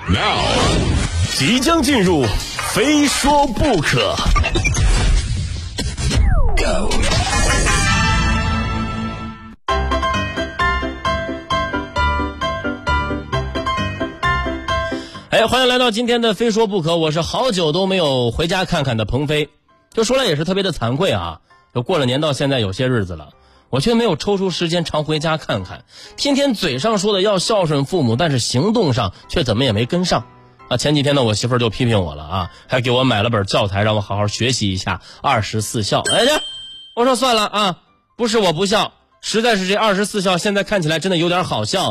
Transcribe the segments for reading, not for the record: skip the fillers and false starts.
Now， 即将进入，非说不可。Go。欢迎来到今天的非说不可，我是好久都没有回家看看的鹏飞。就说来也是特别的惭愧啊，就过了年到现在有些日子了，我却没有抽出时间常回家看看，天天嘴上说的要孝顺父母，但是行动上却怎么也没跟上啊。前几天呢，我媳妇儿就批评我了啊，还给我买了本教材，让我好好学习一下24孝。哎呀，我说算了啊，不是我不孝，实在是这24孝现在看起来真的有点好笑。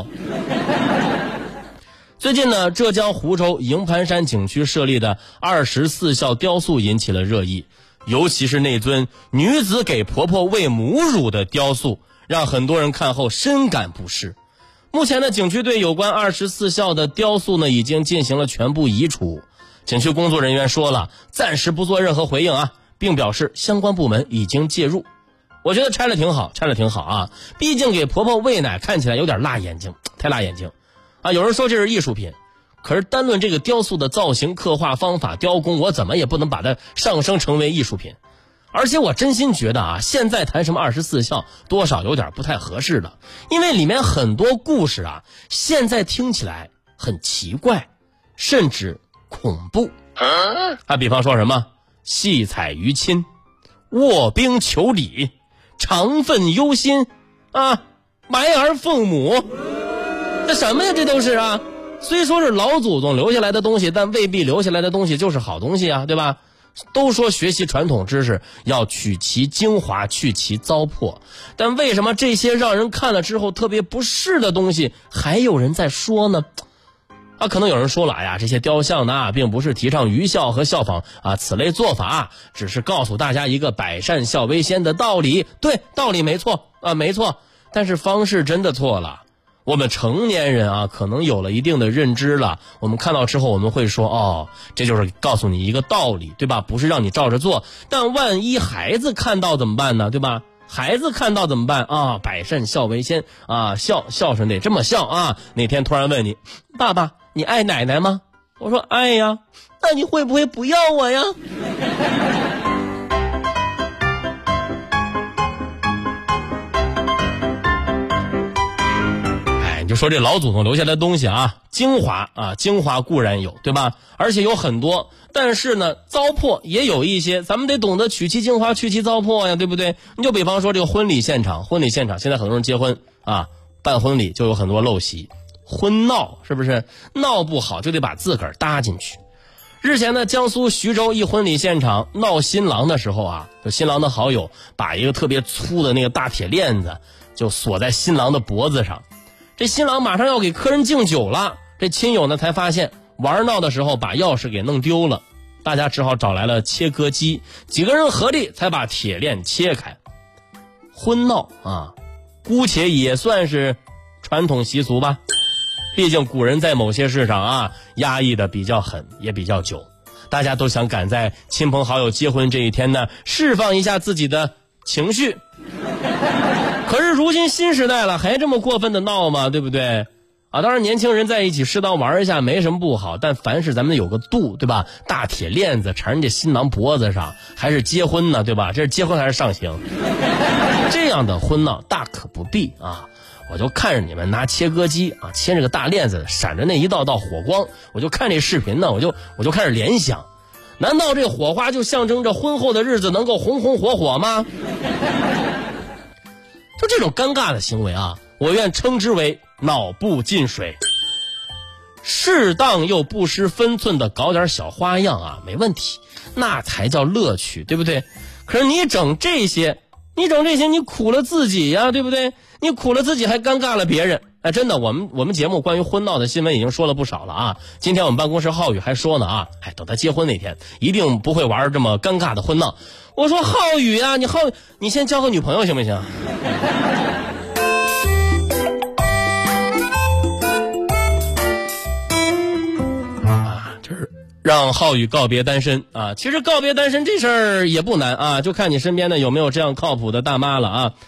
最近呢，浙江湖州营盘山景区设立的24孝雕塑引起了热议，尤其是那尊女子给婆婆喂母乳的雕塑，让很多人看后深感不适。目前呢，景区对有关24孝的雕塑呢已经进行了全部移除。景区工作人员说了，暂时不做任何回应啊，并表示相关部门已经介入。我觉得拆了挺好啊，毕竟给婆婆喂奶看起来有点辣眼睛，太辣眼睛。有人说这是艺术品，可是单论这个雕塑的造型、刻画方法、雕工，我怎么也不能把它上升成为艺术品。而且我真心觉得啊，现在谈什么24孝，多少有点不太合适了，因为里面很多故事啊，现在听起来很奇怪，甚至恐怖。比方说什么戏彩于亲、卧冰求鲤、长愤忧心啊、埋儿奉母。这什么呀？这都是啊！虽说是老祖宗留下来的东西，但未必留下来的东西就是好东西啊，对吧？都说学习传统知识要取其精华，去其糟粕，但为什么这些让人看了之后特别不适的东西还有人在说呢？可能有人说了，哎呀，这些雕像呢，并不是提倡愚孝和效仿此类做法，只是告诉大家一个百善孝为先的道理。对，道理没错没错，但是方式真的错了。我们成年人可能有了一定的认知了，我们看到之后我们会说，这就是告诉你一个道理，对吧？不是让你照着做。但万一孩子看到怎么办呢？对吧？孩子看到怎么办百善孝为先孝顺得这么孝啊。哪天突然问你，爸爸，你爱奶奶吗？我说爱呀。那你会不会不要我呀？就说这老祖宗留下来的东西精华固然有，对吧？而且有很多，但是呢，糟粕也有一些，咱们得懂得取其精华，去其糟粕呀，对不对？你就比方说这个婚礼现场，现在很多人结婚办婚礼就有很多陋习，婚闹是不是？闹不好就得把自个儿搭进去。日前呢，江苏徐州一婚礼现场闹新郎的时候就新郎的好友把一个特别粗的那个大铁链子就锁在新郎的脖子上。这新郎马上要给客人敬酒了，这亲友呢才发现玩闹的时候把钥匙给弄丢了，大家只好找来了切割机，几个人合力才把铁链切开。婚闹姑且也算是传统习俗吧，毕竟古人在某些事上压抑的比较狠，也比较久，大家都想赶在亲朋好友结婚这一天呢，释放一下自己的情绪。可是如今新时代了，还这么过分的闹吗？对不对？当然年轻人在一起适当玩一下没什么不好，但凡事咱们有个度，对吧？大铁链子缠人家新郎脖子上，还是结婚呢，对吧？这是结婚还是上刑？这样的婚闹大可不必我就看着你们拿切割机切这个大链子，闪着那一道道火光，我就看这视频呢，我就开始联想，难道这火花就象征着婚后的日子能够红红火火吗？就这种尴尬的行为我愿称之为脑部进水。适当又不失分寸的搞点小花样没问题，那才叫乐趣，对不对？可是你整这些你苦了自己呀，对不对？你苦了自己还尴尬了别人。真的，我们节目关于婚闹的新闻已经说了不少了今天我们办公室浩宇还说呢等他结婚那天一定不会玩这么尴尬的婚闹。我说浩宇你先交个女朋友行不行？这是让浩宇告别单身其实告别单身这事儿也不难就看你身边的有没有这样靠谱的大妈了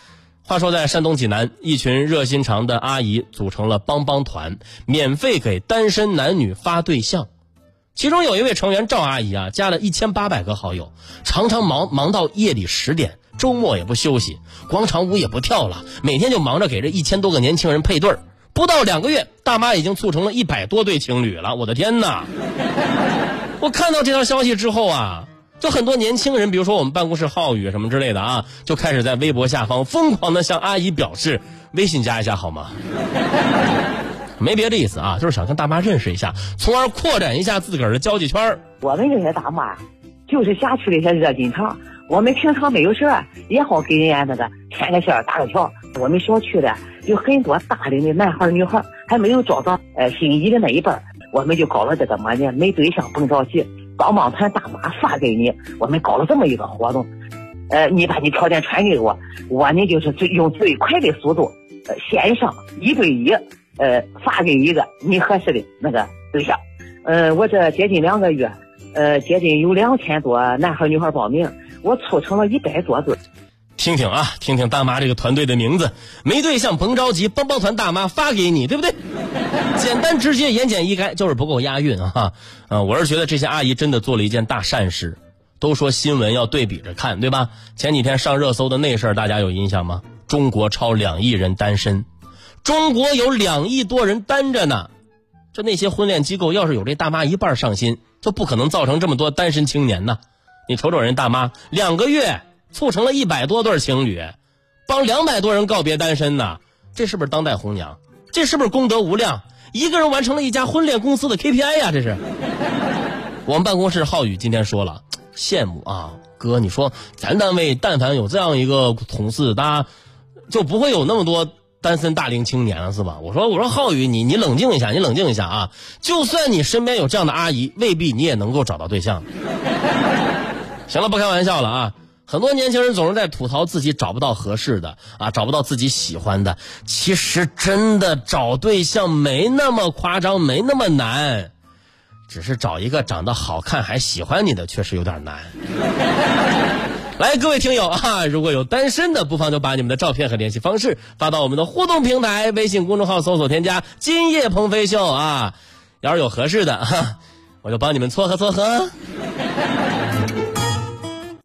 话说在山东济南，一群热心肠的阿姨组成了帮帮团，免费给单身男女发对象。其中有一位成员赵阿姨啊，加了1800个好友，常常忙到夜里10点，周末也不休息，广场舞也不跳了，每天就忙着给这1000多个年轻人配对儿。不到2个月，大妈已经促成了100多对情侣了，我的天哪！我看到这条消息之后啊，就很多年轻人，比如说我们办公室浩宇什么之类的啊，就开始在微博下方疯狂的向阿姨表示微信加一下好吗？没别的意思啊，就是想跟大妈认识一下，从而扩展一下自个儿的交际圈。 我们这些大妈就是辖区的一些热心肠，我们平常没有事也好给人家那个牵个线搭个桥。我们小区的有很多大龄的男孩女孩还没有找到心仪的那一半，我们就搞了这个么呢？没对象甭着急，帮帮团大妈发给你，我们搞了这么一个活动。你把你条件传给我，我呢就是用最快的速度，线上1对1，发给一个你合适的那个对象。我这接近2个月，接近有2000多男孩女孩报名，我促成了100多对。 听听啊，听听大妈这个团队的名字，没对象甭着急，帮帮团大妈发给你，对不对？简单直接，言简意赅，就是不够押韵啊！我是觉得这些阿姨真的做了一件大善事。都说新闻要对比着看，对吧？前几天上热搜的那事儿，大家有印象吗？中国超2亿人单身，中国有2亿多人单着呢。这那些婚恋机构要是有这大妈一半上心，就不可能造成这么多单身青年呢。你瞅瞅人大妈2个月促成了100多对情侣，帮200多人告别单身呢。这是不是当代红娘？这是不是功德无量？一个人完成了一家婚恋公司的 KPI 呀，这是。我们办公室浩宇今天说了，羡慕啊，哥，你说咱单位但凡有这样一个同事，大家就不会有那么多单身大龄青年了，是吧？我说浩宇，你冷静一下，你冷静一下啊！就算你身边有这样的阿姨，未必你也能够找到对象。行了，不开玩笑了啊！很多年轻人总是在吐槽自己找不到合适的啊，找不到自己喜欢的。其实真的找对象没那么夸张，没那么难。只是找一个长得好看还喜欢你的确实有点难。来，各位听友啊，如果有单身的，不妨就把你们的照片和联系方式发到我们的互动平台微信公众号，搜索添加今夜鹏飞秀啊。要是有合适的，我就帮你们撮合撮合。